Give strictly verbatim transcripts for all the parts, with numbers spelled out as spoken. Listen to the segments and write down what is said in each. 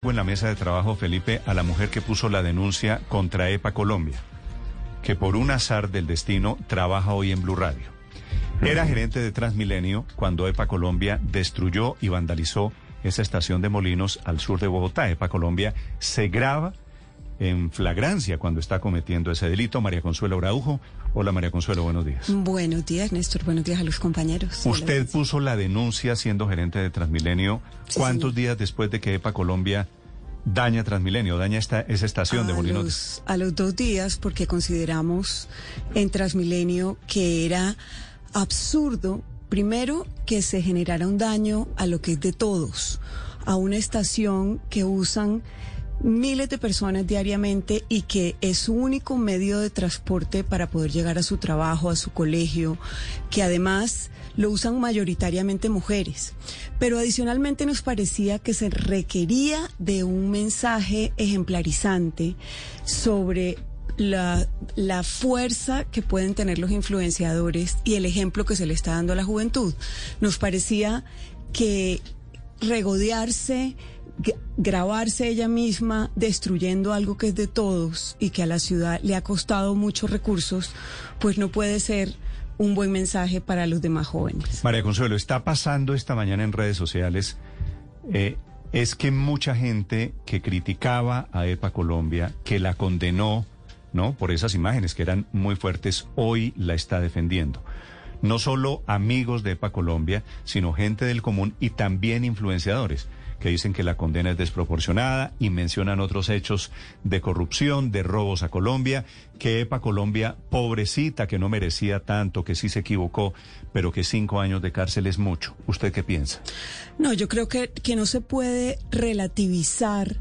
en la mesa de trabajo, Felipe, a la mujer que puso la denuncia contra EPA Colombia, que por un azar del destino trabaja hoy en Blue Radio. Era gerente de Transmilenio cuando EPA Colombia destruyó y vandalizó esa estación de Molinos al sur de Bogotá. EPA Colombia se graba en flagrancia cuando está cometiendo ese delito. María Consuelo Araujo. Hola, María Consuelo, buenos días. Buenos días, Néstor. Buenos días a los compañeros. Usted puso la denuncia siendo gerente de Transmilenio. Sí, ¿Cuántos señor. días después de que EPA Colombia daña Transmilenio, daña esta, esa estación a de Molinos? Los, a los dos días, porque consideramos en Transmilenio que era absurdo, primero, que se generara un daño a lo que es de todos, a una estación que usan miles de personas diariamente y que es su único medio de transporte para poder llegar a su trabajo, a su colegio, que además lo usan mayoritariamente mujeres. Pero adicionalmente nos parecía que se requería de un mensaje ejemplarizante sobre la, la fuerza que pueden tener los influenciadores y el ejemplo que se le está dando a la juventud. Nos parecía que regodearse, grabarse ella misma destruyendo algo que es de todos y que a la ciudad le ha costado muchos recursos, pues no puede ser un buen mensaje para los demás jóvenes. María Consuelo, está pasando esta mañana en redes sociales, eh, es que mucha gente que criticaba a EPA Colombia, que la condenó, ¿no?, por esas imágenes que eran muy fuertes, hoy la está defendiendo. No solo amigos de EPA Colombia, sino gente del común y también influenciadores, que dicen que la condena es desproporcionada y mencionan otros hechos de corrupción, de robos a Colombia, que EPA Colombia, pobrecita, que no merecía tanto, que sí se equivocó, pero que cinco años de cárcel es mucho. ¿Usted qué piensa? No, yo creo que, que no se puede relativizar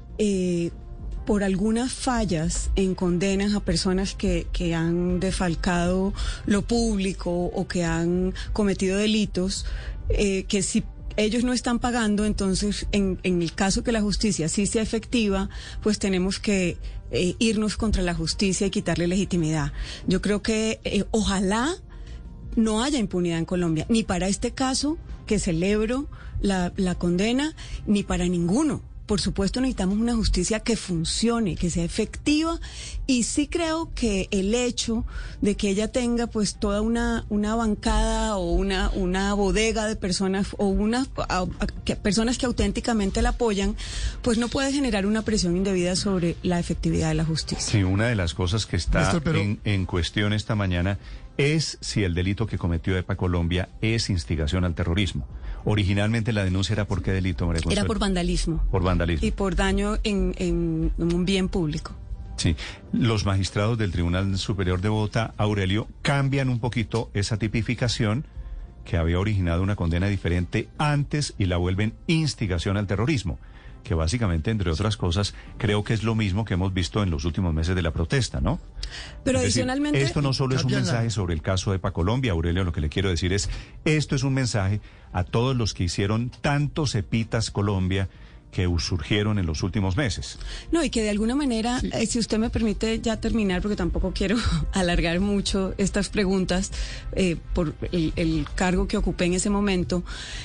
eh, por algunas fallas en condenas a personas que, que han defalcado lo público o que han cometido delitos, eh, que si ellos no están pagando, entonces en, en el caso que la justicia sí sea efectiva, pues tenemos que eh, irnos contra la justicia y quitarle legitimidad. Yo creo que eh, ojalá no haya impunidad en Colombia, ni para este caso, que celebro la, la condena, ni para ninguno. Por supuesto necesitamos una justicia que funcione, que sea efectiva, y sí creo que el hecho de que ella tenga pues toda una una bancada o una una bodega de personas o una a, a, que, personas que auténticamente la apoyan, pues no puede generar una presión indebida sobre la efectividad de la justicia. Sí, una de las cosas que está Néstor, pero... en, en cuestión esta mañana es si el delito que cometió EPA Colombia es instigación al terrorismo. Originalmente la denuncia era por qué delito, María Consuelo. Era por vandalismo. Por vandalismo. Y por daño en, en, en un bien público. Sí, los magistrados del Tribunal Superior de Bogotá, Aurelio, cambian un poquito esa tipificación que había originado una condena diferente antes y la vuelven instigación al terrorismo, que básicamente, entre otras cosas, creo que es lo mismo que hemos visto en los últimos meses de la protesta, ¿no? Pero es adicionalmente... decir, esto no solo es un Tatiana. mensaje sobre el caso de EPA Colombia, Aurelio, lo que le quiero decir es, esto es un mensaje a todos los que hicieron tantos Epitas Colombia que surgieron en los últimos meses. No, y que de alguna manera, Sí. eh, si usted me permite ya terminar, porque tampoco quiero alargar mucho estas preguntas eh, por el, el cargo que ocupé en ese momento,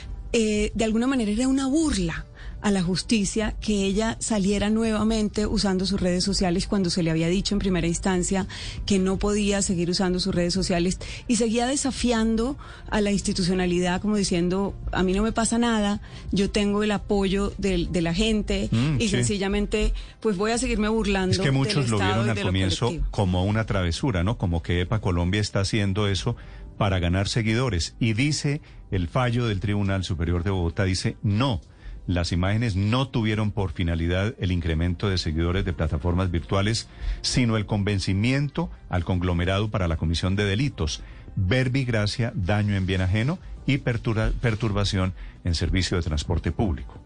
eh, de alguna manera era una burla a la justicia que ella saliera nuevamente usando sus redes sociales cuando se le había dicho en primera instancia que no podía seguir usando sus redes sociales, y seguía desafiando a la institucionalidad como diciendo, a mí no me pasa nada, yo tengo el apoyo de, de la gente Mm, y sí. sencillamente pues voy a seguirme burlando. Es que muchos del lo Estado vieron y al de lo comienzo colectivo. como una travesura, ¿no? Como que EPA Colombia está haciendo eso para ganar seguidores. Y dice el fallo del Tribunal Superior de Bogotá, dice, no, las imágenes no tuvieron por finalidad el incremento de seguidores de plataformas virtuales, sino el convencimiento al conglomerado para la comisión de delitos, verbigracia, daño en bien ajeno y perturba- perturbación en servicio de transporte público.